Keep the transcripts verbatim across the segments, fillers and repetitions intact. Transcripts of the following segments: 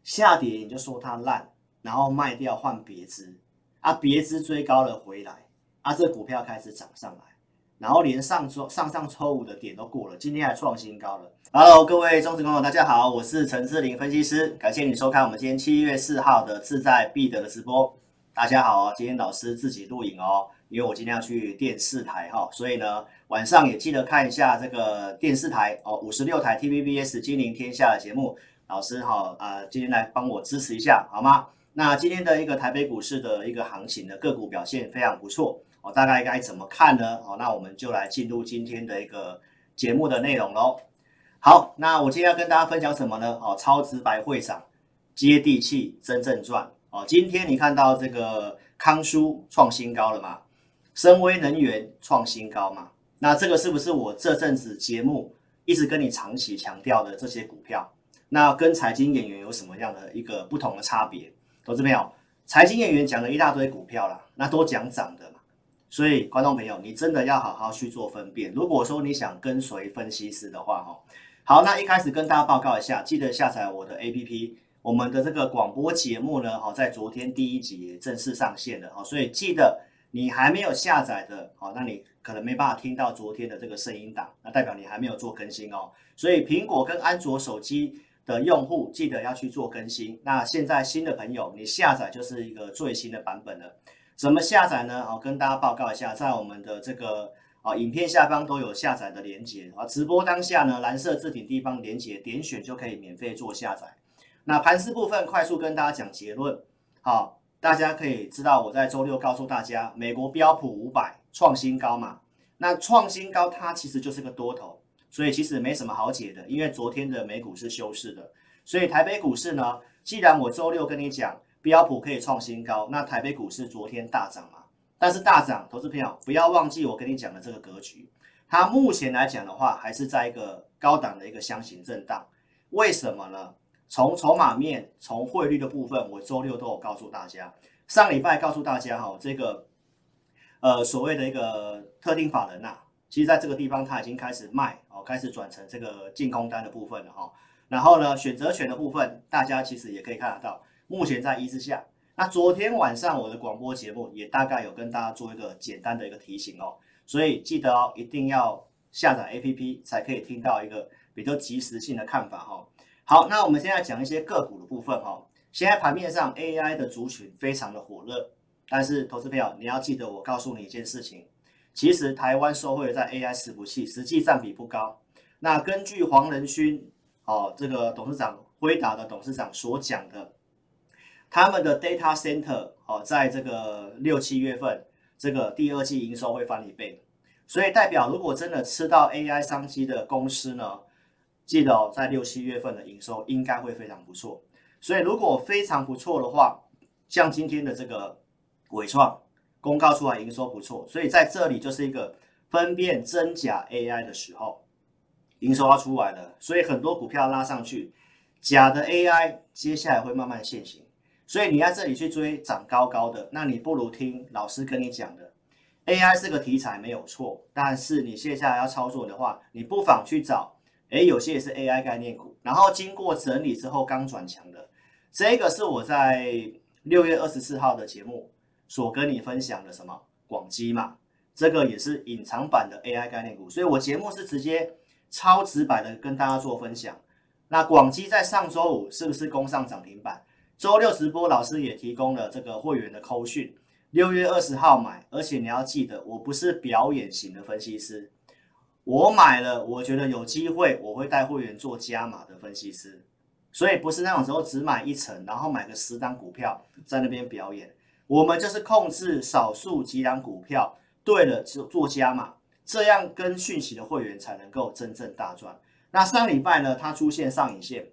下跌你就说它烂，然后卖掉换别支，啊，别支追高了回来，啊，这股票开始涨上来，然后连上周上上周五的点都过了，今天还创新高了。Hello，各位忠实观众，大家好，我是陈志玲分析师，感谢你收看我们今天七月四号的志在必得的直播。大家好，今天老师自己录影哦，因为我今天要去电视台哈，所以呢晚上也记得看一下这个电视台哦，五十六台 T V B S 金陵天下的节目。老师哈，呃，今天来帮我支持一下好吗？那今天的一个台北股市的一个行情的个股表现非常不错哦，大概该怎么看呢？哦，那我们就来进入今天的一个节目的内容喽。好，那我今天要跟大家分享什么呢？哦，超直白会长，接地气，真正赚。哦，今天你看到这个康舒创新高了吗？深威能源创新高嘛？那这个是不是我这阵子节目一直跟你长期强调的这些股票？那跟财经演员有什么样的一个不同的差别？投资朋友，财经演员讲了一大堆股票啦，那都讲涨的嘛。所以观众朋友，你真的要好好去做分辨。如果说你想跟随分析师的话，哈，好，那一开始跟大家报告一下，记得下载我的 A P P。我们的这个广播节目呢，好，在昨天第一集也正式上线了，好，所以记得你还没有下载的，好，那你可能没办法听到昨天的这个声音档，那代表你还没有做更新哦。所以苹果跟安卓手机的用户记得要去做更新。那现在新的朋友，你下载就是一个最新的版本了。怎么下载呢？好，跟大家报告一下，在我们的这个啊影片下方都有下载的连结啊，直播当下呢，蓝色置顶地方连结点选就可以免费做下载。那盘势部分快速跟大家讲结论，好，大家可以知道我在周六告诉大家，美国标普五百创新高嘛，那创新高它其实就是个多头，所以其实没什么好解的，因为昨天的美股是休市的，所以台北股市呢，既然我周六跟你讲标普可以创新高，那台北股市昨天大涨嘛，但是大涨，投资朋友不要忘记我跟你讲的这个格局，它目前来讲的话，还是在一个高档的一个箱型震荡，为什么呢？从筹码面、从汇率的部分，我周六都有告诉大家。上礼拜告诉大家哈，这个呃所谓的一个特定法人呐、啊，其实在这个地方它已经开始卖哦，开始转成这个净空单的部分了哈。然后呢，选择权的部分，大家其实也可以看得到，目前在一之下。那昨天晚上我的广播节目也大概有跟大家做一个简单的一个提醒哦，所以记得哦，一定要下载 A P P 才可以听到一个比较及时性的看法哈、哦。好，那我们现在讲一些个股的部分哈。现在盘面上 A I 的族群非常的火热，但是投资朋友你要记得，我告诉你一件事情，其实台湾受惠在 A I 伺服器实际占比不高。那根据黄仁勋哦，这个董事长辉达的董事长所讲的，他们的 data center 哦，在这个六七月份这个第二季营收会翻一倍，所以代表如果真的吃到 A I 商机的公司呢？记得哦，在六七月份的营收应该会非常不错，所以如果非常不错的话，像今天的这个伟创公告出来营收不错，所以在这里就是一个分辨真假 A I 的时候，营收要出来了，所以很多股票拉上去，假的 A I 接下来会慢慢现形，所以你在这里去追涨高高的，那你不如听老师跟你讲的 ，A I 是个题材没有错，但是你接下来要操作的话，你不妨去找。哎，有些也是 A I 概念股，然后经过整理之后刚转强的，这个是我在六月二十四号的节目所跟你分享的什么广基嘛，这个也是隐藏版的 A I 概念股，所以我节目是直接超直白的跟大家做分享。那广基在上周五是不是攻上涨停板？周六直播老师也提供了这个会员的扣讯，六月二十号买，而且你要记得，我不是表演型的分析师。我买了，我觉得有机会，我会带会员做加码的分析师，所以不是那种时候只买一层，然后买个十档股票在那边表演。我们就是控制少数几档股票，对了就做加码，这样跟讯息的会员才能够真正大赚。那上礼拜呢，它出现上影线，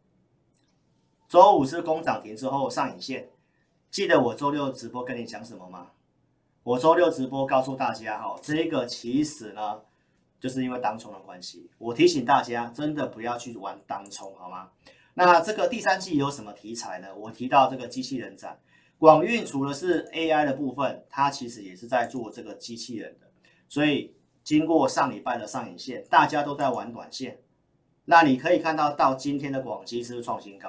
周五是攻涨停之后上影线，记得我周六直播跟你讲什么吗？我周六直播告诉大家哈，这个其实呢。就是因为当冲的关系，我提醒大家，真的不要去玩当冲，好吗？那这个第三季有什么题材呢？我提到这个机器人展，广运除了是 A I 的部分，它其实也是在做这个机器人的，所以经过上礼拜的上影线，大家都在玩短线，那你可以看到到今天的广基是不是创新高？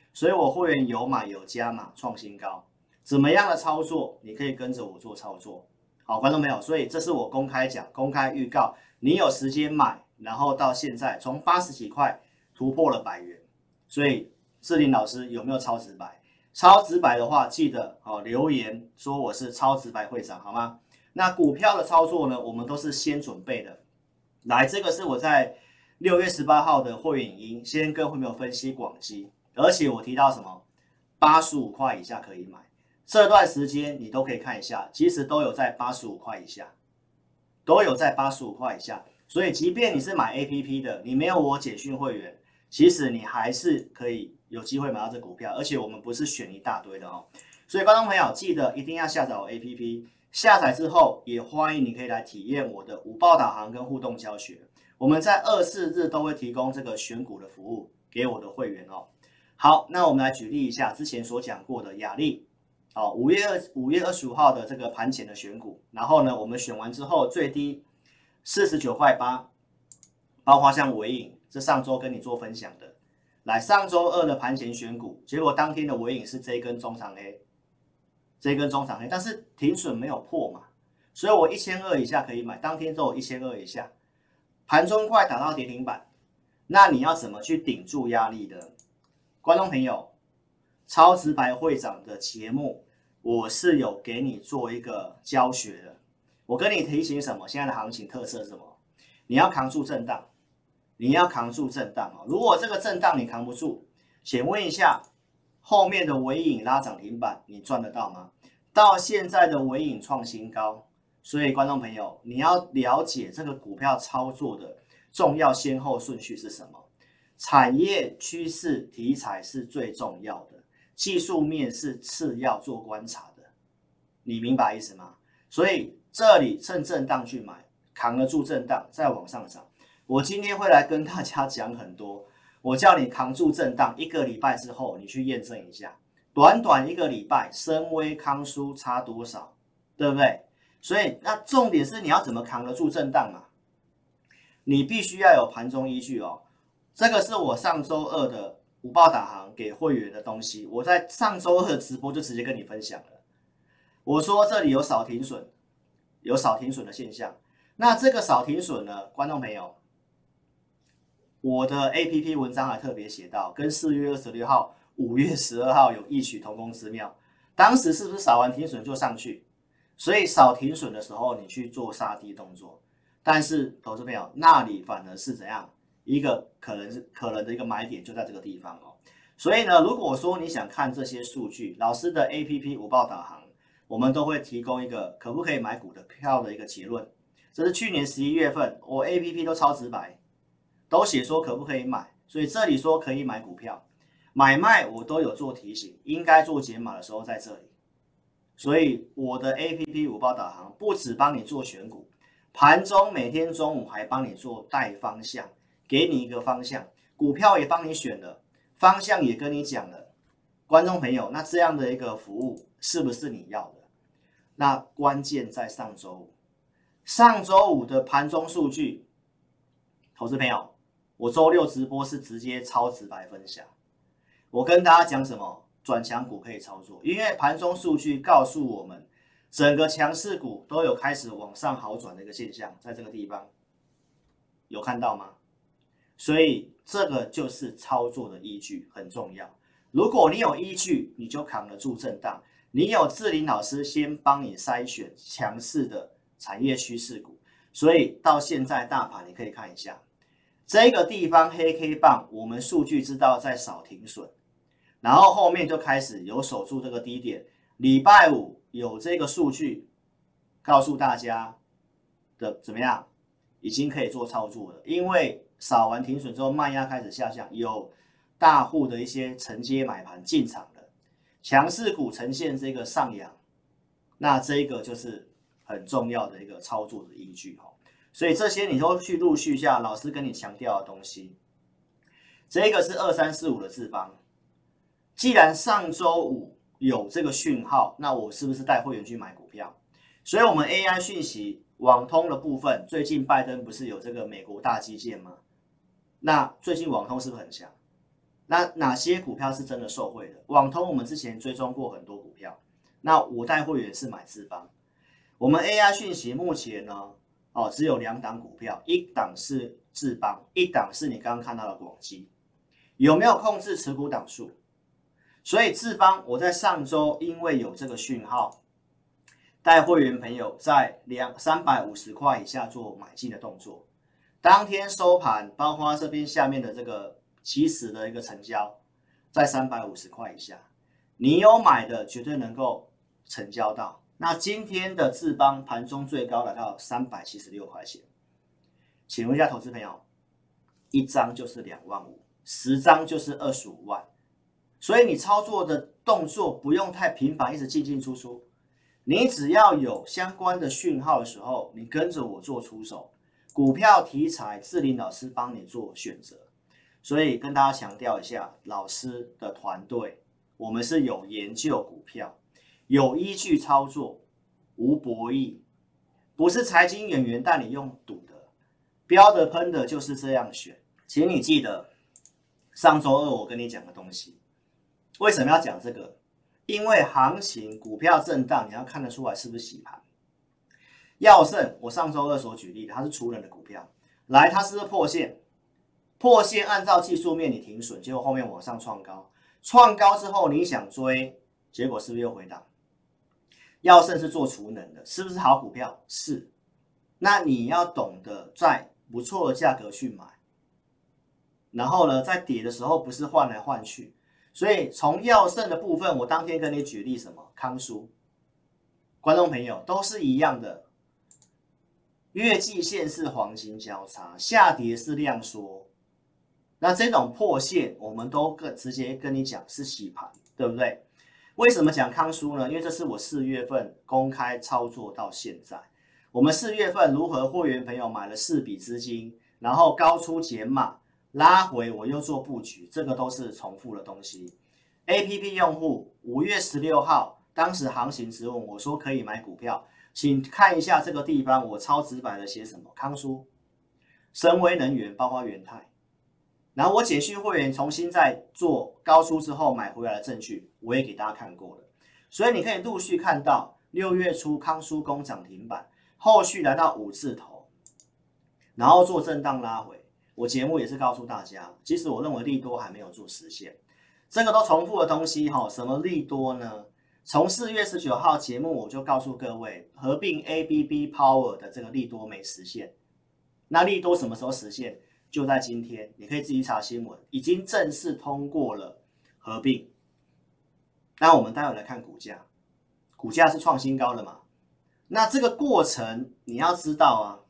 所以我会员有买有加码创新高，怎么样的操作你可以跟着我做操作。好，观众朋友，所以这是我公开讲、公开预告，你有时间买，然后到现在从八十几块突破了百元，所以志霖老师有没有超直白？超直白的话，记得哦留言说我是超直白会长，好吗？那股票的操作呢，我们都是先准备的。来，这个是我在六月十八号的会员影音，先跟会员分析广基，而且我提到什么，八十五块以下可以买。这段时间你都可以看一下，其实都有在八十五块以下，都有在八十五块以下。所以，即便你是买 A P P 的，你没有我简讯会员，其实你还是可以有机会买到这股票。而且我们不是选一大堆的哦。所以，观众朋友记得一定要下载我 A P P。下载之后，也欢迎你可以来体验我的午报导航跟互动教学。我们在二四日都会提供这个选股的服务给我的会员哦。好，那我们来举例一下之前所讲过的亚力。好，五月二五月二十五号的这个盘前的选股，然后呢，我们选完之后最低四十九块八，包括像伟影，这上周跟你做分享的，来上周二的盘前选股，结果当天的伟影是这一根中长 A， 这一根中长 A， 但是停损没有破嘛，所以我一千二以下可以买，当天都有一千二以下，盘中快打到跌停板，那你要怎么去顶住压力的？观众朋友，超直白会长的节目，我是有给你做一个教学的。我跟你提醒什么？现在的行情特色是什么？你要扛住震荡，你要扛住震荡啊！如果这个震荡你扛不住，请问一下，后面的伟影拉涨停板，你赚得到吗？到现在的伟影创新高，所以观众朋友，你要了解这个股票操作的重要先后顺序是什么？产业趋势题材是最重要的。技术面是次要做观察的，你明白意思吗？所以这里趁震荡去买，扛得住震荡，再往上涨。我今天会来跟大家讲很多，我叫你扛住震荡，一个礼拜之后你去验证一下，短短一个礼拜，深威、康舒差多少，对不对？所以那重点是你要怎么扛得住震荡嘛？你必须要有盘中依据哦。这个是我上周二的午报导航给会员的东西，我在上周二的直播就直接跟你分享了。我说这里有少停损，有少停损的现象。那这个少停损呢，观众朋友，我的 A P P 文章还特别写到，跟四月二十六号、五月十二号有异曲同工之妙。当时是不是少完停损就上去？所以少停损的时候，你去做杀低动作。但是投资朋友，那里反而是怎样？一个可能是可能的一个买点就在这个地方哦。所以呢，如果说你想看这些数据，老师的 A P P 午报导航，我们都会提供一个可不可以买股的票的一个结论。这是去年十一月份，我 A P P 都超直白，都写说可不可以买，所以这里说可以买股票，买卖我都有做提醒，应该做解码的时候在这里。所以我的 A P P 午报导航不只帮你做选股，盘中每天中午还帮你做带方向，给你一个方向，股票也帮你选了，方向也跟你讲了。观众朋友，那这样的一个服务是不是你要的？那关键在上周五，上周五的盘中数据，投资朋友，我周六直播是直接超直白分享。我跟大家讲什么？转强股可以操作，因为盘中数据告诉我们，整个强势股都有开始往上好转的一个现象，在这个地方有看到吗？所以这个就是操作的依据，很重要。如果你有依据，你就扛得住震荡。你有志霖老师先帮你筛选强势的产业趋势股，所以到现在大盘你可以看一下，这个地方黑 K 棒，我们数据知道在少停损，然后后面就开始有守住这个低点。礼拜五有这个数据告诉大家的怎么样，已经可以做操作了，因为扫完停损之后，卖压开始下降，有大户的一些承接买盘进场了，强势股呈现这个上扬，那这个就是很重要的一个操作的依据哈。所以这些你都去陆续下老师跟你强调的东西。这个是二三四五的智邦，既然上周五有这个讯号，那我是不是带会员去买股票？所以我们 A I 讯息网通的部分，最近拜登不是有这个美国大基建吗？那最近网通是不是很强？ 那哪些股票是真的受惠的？网通我们之前追踪过很多股票，那我带会员是买智邦。我们 A I 讯息目前呢，哦，只有两档股票，一档是智邦，一档是你刚刚看到的广基。有没有控制持股档数？所以智邦我在上周因为有这个讯号，带会员朋友在两三百五十块以下做买进的动作。当天收盘，包括这边下面的这个起始的一个成交，在三百五十块以下，你有买的绝对能够成交到。那今天的智邦盘中最高来到三百七十六块钱，请问一下投资朋友，一张就是两万五，十张就是二十五万，所以你操作的动作不用太频繁，一直进进出出，你只要有相关的讯号的时候，你跟着我做出手。股票题材，志霖老师帮你做选择，所以跟大家强调一下，老师的团队，我们是有研究股票，有依据操作，无博弈，不是财经演员带你用赌的，标的喷的就是这样选。请你记得上周二我跟你讲的东西，为什么要讲这个？因为行情股票震荡，你要看得出来是不是洗盘。耀盛，我上周二所举例的，它是除人的股票，来，它是不是破线？破线按照技术面你停损，结果后面往上创高，创高之后你想追，结果是不是又回档？耀盛是做储能的，是不是好股票？是。那你要懂得在不错的价格去买，然后呢，在跌的时候不是换来换去。所以从耀盛的部分，我当天跟你举例什么？康舒，观众朋友都是一样的。月季线是黄金交叉，下跌是量缩，那这种破线我们都跟直接跟你讲是洗盘，对不对？为什么讲康舒呢？因为这是我四月份公开操作到现在，我们四月份如何会员朋友买了四笔资金，然后高出减码，拉回我又做布局，这个都是重复的东西。A P P 用户五月十六号，当时行情质问我说可以买股票。请看一下这个地方，我超直白的写什么？康舒、深威能源，包括元泰。然后我简讯会员重新再做高出之后买回来的证据，我也给大家看过了。所以你可以陆续看到六月初康舒攻涨停板，后续来到五字头，然后做震荡拉回。我节目也是告诉大家，其实我认为利多还没有做实现，这个都重复的东西哈。什么利多呢？从四月十九号节目我就告诉各位，合并 A B B Power 的这个利多没实现。那利多什么时候实现？就在今天，你可以自己查新闻，已经正式通过了合并。那我们待会来看股价，股价是创新高了嘛？那这个过程你要知道啊，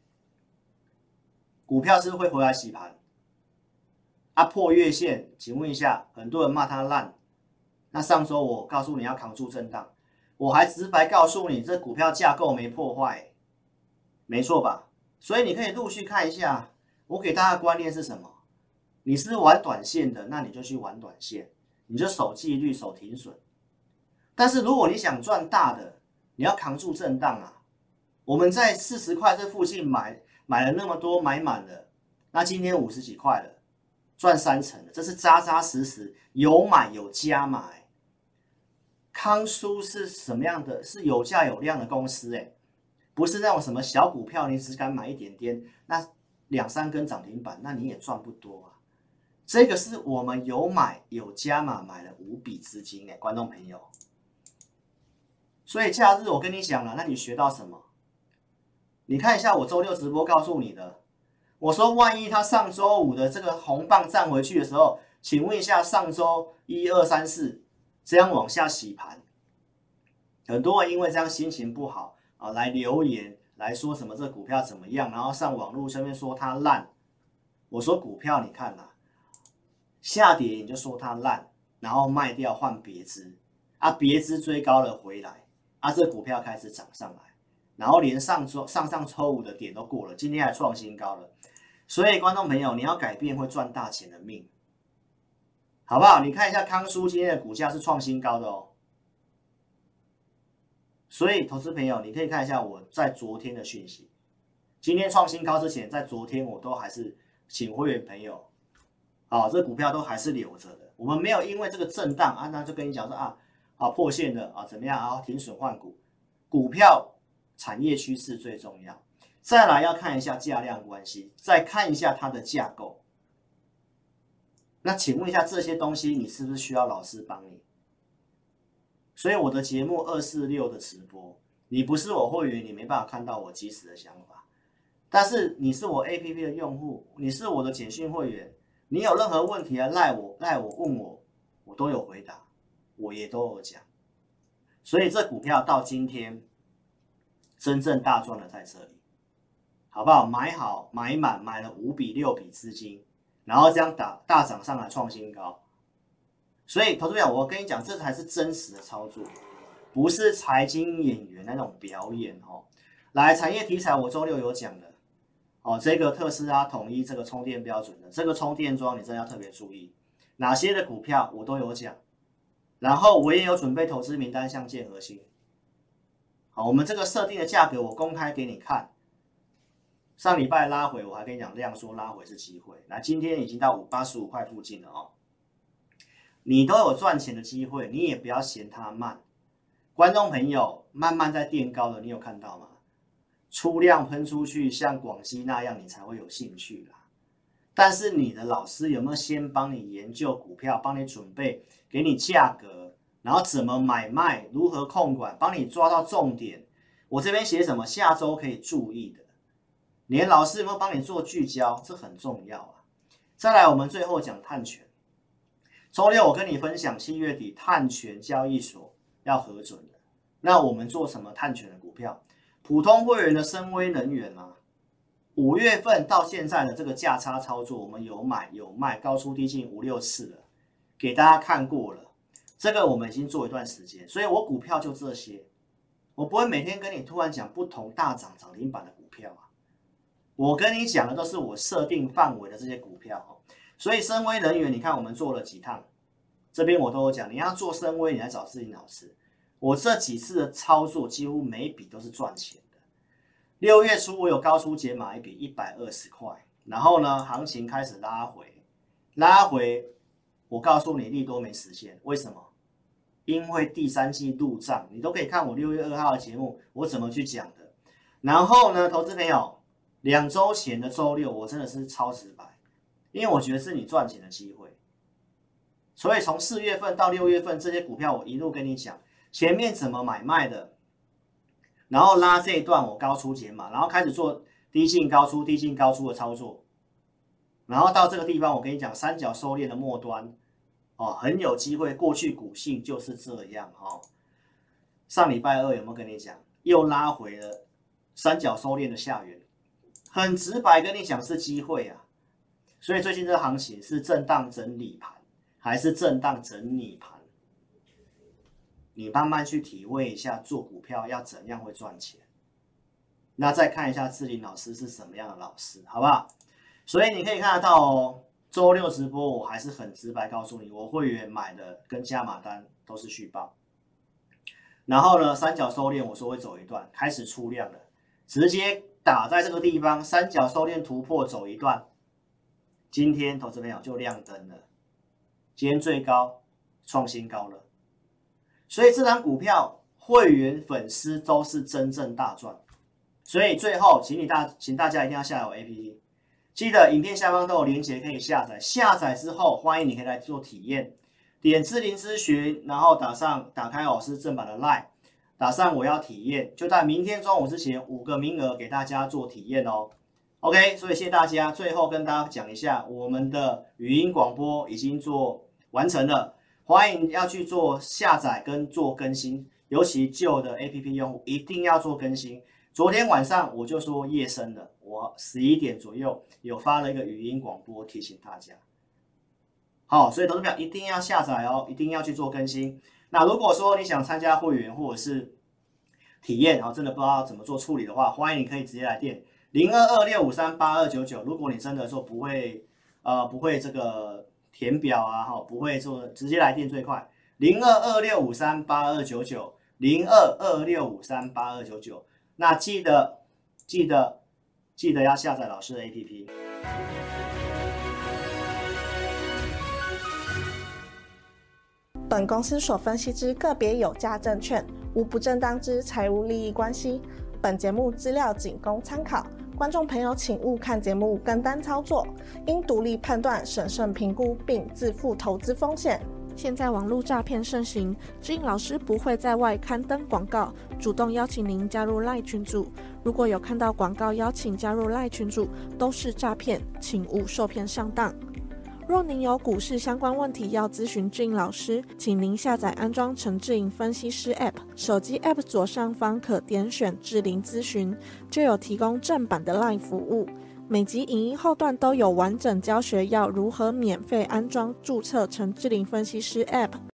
股票是不是会回来洗盘？啊，破月线，请问一下，很多人骂它烂。那上周我告诉你要扛住震荡，我还直白告诉你这股票架构没破坏，没错吧？所以你可以陆续看一下，我给大家的观念是什么？你是玩短线的，那你就去玩短线，你就守纪律、守停损。但是如果你想赚大的，你要扛住震荡啊！我们在四十块这附近买买了那么多，买满了，那今天五十几块了，赚三成了，这是扎扎实实有买有加买。康舒是什么样的？是有价有量的公司哎，不是那种什么小股票，你只敢买一点点，那两三根涨停板，那你也赚不多啊。这个是我们有买有加码，买了五笔资金哎，观众朋友。所以假日我跟你讲了，那你学到什么？你看一下我周六直播告诉你的，我说万一他上周五的这个红棒站回去的时候，请问一下上周一二三四。这样往下洗盘，很多人因为这样心情不好啊，来留言来说什么这股票怎么样，然后上网络上面说它烂。我说股票你看啦，下跌你就说它烂，然后卖掉换别支啊，别支追高了回来啊，这股票开始涨上来，然后连上周上上周五的点都过了，今天还创新高了。所以观众朋友，你要改变会赚大钱的命。好不好？你看一下康舒今天的股价是创新高的哦，所以投资朋友，你可以看一下我在昨天的讯息。今天创新高之前，在昨天我都还是请会员朋友啊，这股票都还是留着的。我们没有因为这个震荡啊，那就跟你讲说啊，啊破线了啊，怎么样啊，停损换股，股票产业趋势最重要。再来要看一下价量关系，再看一下它的架构。那请问一下，这些东西你是不是需要老师帮你？所以我的节目二四六的直播，你不是我会员，你没办法看到我即时的想法。但是你是我 A P P 的用户，你是我的简讯会员，你有任何问题啊，赖我赖我问我，我都有回答，我也都有讲。所以这股票到今天真正大赚的在这里。好不好？买好买满，买了五笔六笔资金，然后这样打大涨上来创新高。所以投资者，我跟你讲，这才是真实的操作，不是财经演员那种表演哦。来，产业题材我周六有讲的哦，这个特斯拉统一这个充电标准的这个充电桩，你真的要特别注意，哪些的股票我都有讲，然后我也有准备投资名单，像建核心。好，我们这个设定的价格我公开给你看。上礼拜拉回，我还跟你讲量缩拉回是机会。那今天已经到五八十五块附近了哦，你都有赚钱的机会，你也不要嫌它慢。观众朋友，慢慢在垫高的，你有看到吗？出量喷出去，像广西那样，你才会有兴趣啦。但是你的老师有没有先帮你研究股票，帮你准备，给你价格，然后怎么买卖，如何控管，帮你抓到重点？我这边写什么？下周可以注意的。你的老师有没有帮你做聚焦？这很重要啊！再来，我们最后讲碳权。周六我跟你分享，七月底碳权交易所要核准了。那我们做什么碳权的股票？普通会员的深威能源啊，五月份到现在的这个价差操作，我们有买有卖，高出低进五六次了，给大家看过了。这个我们已经做一段时间，所以我股票就这些，我不会每天跟你突然讲不同大涨涨停板的股票啊。我跟你讲的都是我设定范围的这些股票，所以深威能源，你看我们做了几趟，这边我都有讲，你要做深威，你来找志霖老师。我这几次的操作几乎每一笔都是赚钱的。六月初我有高出解码一笔一百二十块，然后呢，行情开始拉回，拉回，我告诉你利多没实现，为什么？因为第三季入账，你都可以看我六月二号的节目，我怎么去讲的。然后呢，投资朋友。两周前的周六，我真的是超直白，因为我觉得是你赚钱的机会。所以从四月份到六月份，这些股票我一路跟你讲前面怎么买卖的，然后拉这一段我高出解码，然后开始做低进高出、低进高出的操作，然后到这个地方，我跟你讲三角收敛的末端，哦，很有机会。过去股性就是这样哦。上礼拜二有没有跟你讲，又拉回了三角收敛的下缘？很直白跟你讲是机会啊，所以最近这个行情是震荡整理盘，还是震荡整理盘？你慢慢去体会一下，做股票要怎样会赚钱。那再看一下志霖老师是什么样的老师，好不好？所以你可以看得到哦，周六直播我还是很直白告诉你，我会员买的跟加码单都是续报。然后呢，三角收敛我说会走一段，开始出量了，直接打在这个地方，三角收敛突破走一段，今天投资朋友就亮灯了，今天最高创新高了，所以这张股票会员粉丝都是真正大赚，所以最后请你大请大家一定要下载我 A P P， 记得影片下方都有连结可以下载，下载之后欢迎你可以来做体验，点志霖咨询，然后打上打开老师正版的 LINE。打上我要体验，就在明天中午之前五个名额给大家做体验哦。OK， 所以谢谢大家。最后跟大家讲一下，我们的语音广播已经做完成了，欢迎要去做下载跟做更新，尤其旧的 A P P 用户一定要做更新。昨天晚上我就说夜深了，我十一点左右有发了一个语音广播提醒大家。好，所以投资票一定要下载哦，一定要去做更新。那如果说你想参加会员或者是体验，然后真的不知道怎么做处理的话，欢迎你可以直接来电零二二六五三八二九九。如果你真的说不会，呃，不会这个填表啊，哈，不会做，直接来电最快零二二六五三八二九九零二二六五三八二九九。那记得记得记得要下载老师的 A P P。 本公司所分析之个别有价证券，无不正当之财务利益关系。本节目资料仅供参考，观众朋友请勿看节目跟单操作，应独立判断、审慎评估并自负投资风险。现在网络诈骗盛行，志颖老师不会在外刊登广告，主动邀请您加入 LINE 群组。如果有看到广告邀请加入 LINE 群组，都是诈骗，请勿受骗上当。若您有股市相关问题要咨询志颖老师，请您下载安装陈志颖分析师 App， 手机 App 左上方可点选志玲咨询，就有提供正版的 LINE 服务。每集影音后段都有完整教学，要如何免费安装注册陈志玲分析师 App。